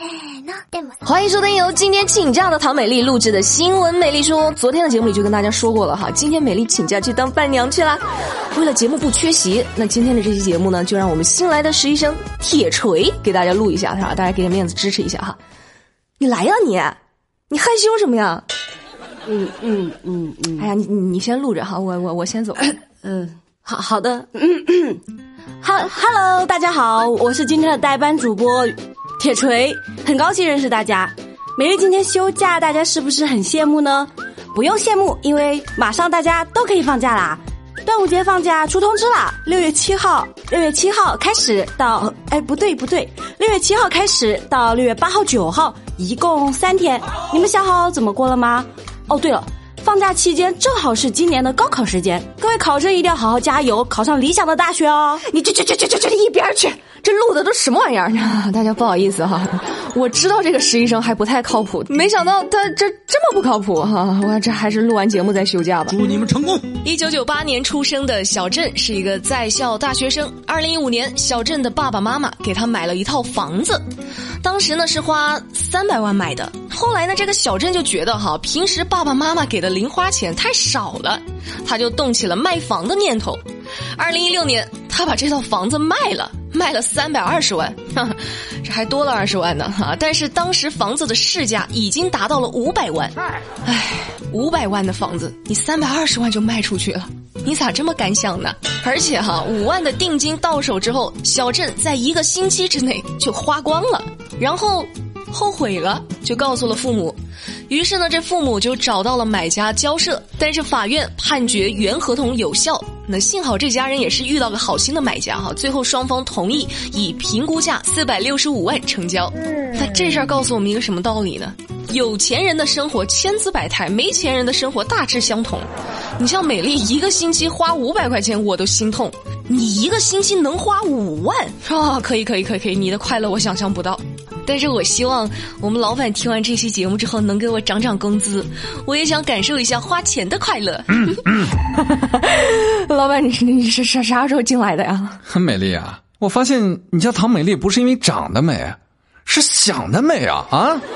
欢迎收听由今天请假的唐美丽录制的新闻美丽说。昨天的节目里就跟大家说过了哈，今天美丽请假去当伴娘去啦。为了节目不缺席，那今天的这期节目呢，就让我们新来的实习生铁锤给大家录一下，是吧？大家给点面子支持一下哈。你来呀你害羞什么呀？哎呀，你先录着哈，我先走。 好的。Hello， 大家好，我是今天的代班主播铁锤，很高兴认识大家。美丽今天休假，大家是不是很羡慕呢？不用羡慕，因为马上大家都可以放假啦。端午节放假出通知啦，6月7号开始到不对，6月7号开始到6月8号、9号，一共3天。你们想好怎么过了吗？哦，对了，放假期间正好是今年的高考时间，各位考生一定要好好加油，考上理想的大学哦。 你这一边去，这录的都什么玩意儿呢？大家不好意思哈，我知道这个实习生还不太靠谱，没想到他这么不靠谱哈，我这还是录完节目再休假吧。 祝你们成功。 1998年出生的小郑是一个在校大学生。2015年，小郑的爸爸妈妈给他买了一套房子，当时呢是花300万买的。后来呢，这个小郑就觉得哈，平时爸爸妈妈给的零花钱太少了，他就动起了卖房的念头。2016年，他把这套房子卖了320万，这还多了20万呢哈！但是当时房子的市价已经达到了500万，500万的房子，你320万就卖出去了，你咋这么敢想呢？而且哈，5万的定金到手之后，小郑在1个星期之内就花光了，然后后悔了，就告诉了父母。于是呢，这父母就找到了买家交涉，但是法院判决原合同有效。那幸好这家人也是遇到个好心的买家哈，最后双方同意以评估价465万成交。那这事儿告诉我们一个什么道理呢？有钱人的生活千姿百态，没钱人的生活大致相同。你像美丽1个星期花500块钱我都心痛，你1个星期能花5万啊？可以，你的快乐我想象不到。但是我希望我们老板听完这期节目之后能给我涨工资，我也想感受一下花钱的快乐。老板，你是啥时候进来的呀？ 美丽啊，我发现你叫唐美丽不是因为长得美，是想得美啊！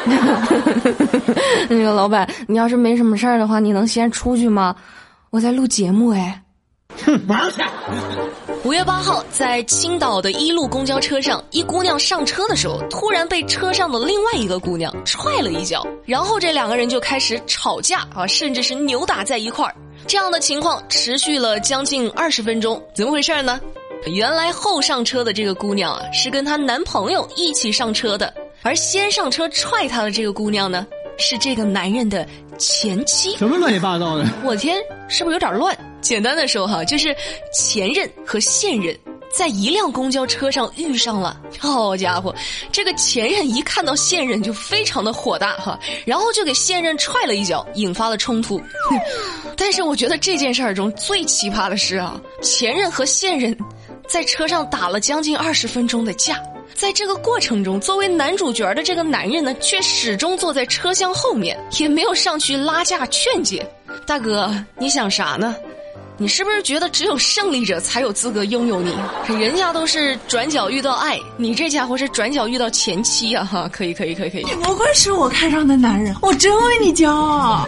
那个老板，你要是没什么事儿的话，你能先出去吗？我在录节目哎。 玩去。 5月8号，在青岛的1路公交车上，一姑娘上车的时候，突然被车上的另外一个姑娘踹了一脚，然后这2个人就开始吵架啊，甚至是扭打在一块儿。这样的情况持续了将近20分钟，怎么回事呢？原来后上车的这个姑娘啊，是跟她男朋友一起上车的，而先上车踹她的这个姑娘呢，是这个男人的前妻。 什么乱七八糟的？ 我天，是不是有点乱？简单的说哈，就是前任和现任在一辆公交车上遇上了。好家伙，这个前任一看到现任就非常的火大哈，然后就给现任踹了一脚，引发了冲突。但是我觉得这件事儿中最奇葩的是啊，前任和现任在车上打了将近20分钟的架。在这个过程中，作为男主角的这个男人呢，却始终坐在车厢后面，也没有上去拉架劝解。大哥，你想啥呢？你是不是觉得只有胜利者才有资格拥有你？人家都是转角遇到爱，你这家伙是转角遇到前妻啊！哈，可以。 你不愧是我看上的男人，我真为你骄傲。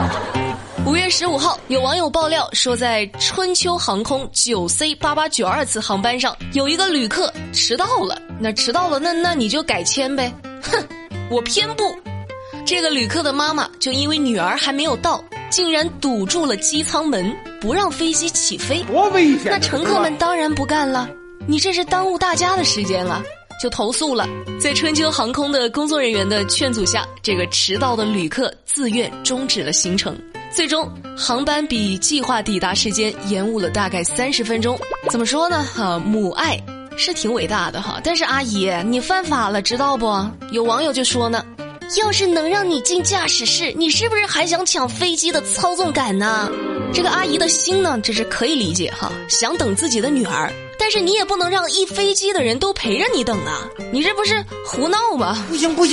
5月15号，有网友爆料说，在春秋航空 9C8892 次航班上，有一个旅客迟到了。那你就改签呗。哼，我偏不。这个旅客的妈妈就因为女儿还没有到，竟然堵住了机舱门，不让飞机起飞。 多危险！ 那乘客们当然不干了，你这是耽误大家的时间了，就投诉了。在春秋航空的工作人员的劝阻下，这个迟到的旅客自愿终止了行程。最终，航班比计划抵达时间延误了大概30分钟。怎么说呢？母爱是挺伟大的哈，但是阿姨，你犯法了，知道不？有网友就说呢，要是能让你进驾驶室，你是不是还想抢飞机的操纵感呢？这个阿姨的心呢，这是可以理解哈，想等自己的女儿，但是你也不能让一飞机的人都陪着你等啊，你这不是胡闹吗？ 不行！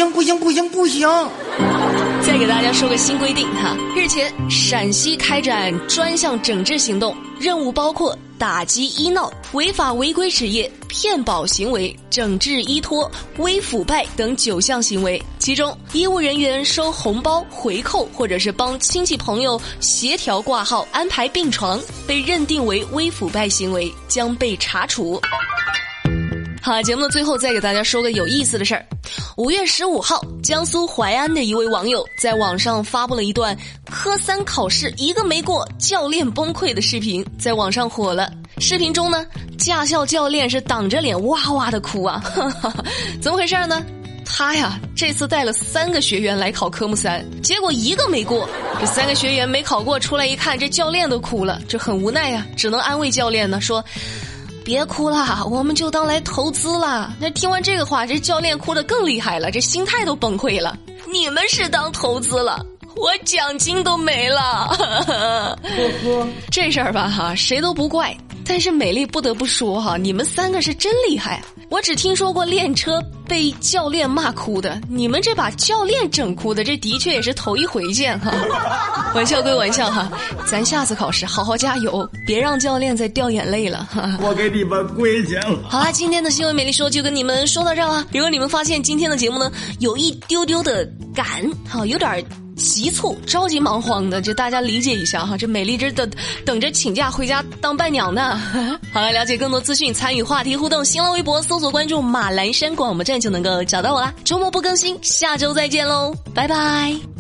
再给大家说个新规定哈，日前陕西开展专项整治行动，任务包括打击医闹、违法违规职业、骗保行为、整治依托、微腐败等9项行为。其中，医务人员收红包、回扣，或者是帮亲戚朋友协调挂号、安排病床，被认定为微腐败行为，将被查处。好，节目的最后再给大家说个有意思的事儿。5月15号，江苏淮安的一位网友在网上发布了一段科3考试一个没过，教练崩溃的视频，在网上火了。视频中呢，驾校教练是挡着脸哇哇的哭啊，怎么回事呢？他呀，这次带了3个学员来考科目3，结果一个没过。这3个学员没考过，出来一看，这教练都哭了，这很无奈呀，只能安慰教练呢，说别哭了，我们就当来投资了。那听完这个话，这教练哭得更厉害了，这心态都崩溃了。你们是当投资了，我奖金都没了。这事儿吧哈，谁都不怪。但是美丽不得不说哈，你们3个是真厉害。我只听说过练车被教练骂哭的，你们这把教练整哭的，这的确也是头一回见哈。玩笑归玩笑哈，咱下次考试好好加油，别让教练再掉眼泪了。 我给你们跪下了。 好啦，今天的新闻美丽说就跟你们说到这儿了。如果你们发现今天的节目呢有一丢丢的赶，好有点急促着急忙慌的，就大家理解一下哈，这美丽这等着请假回家当伴娘呢。好了，了解更多资讯，参与话题互动，新浪微博搜索关注马栏山广播站就能够找到我啦。周末不更新，下周再见喽，拜拜。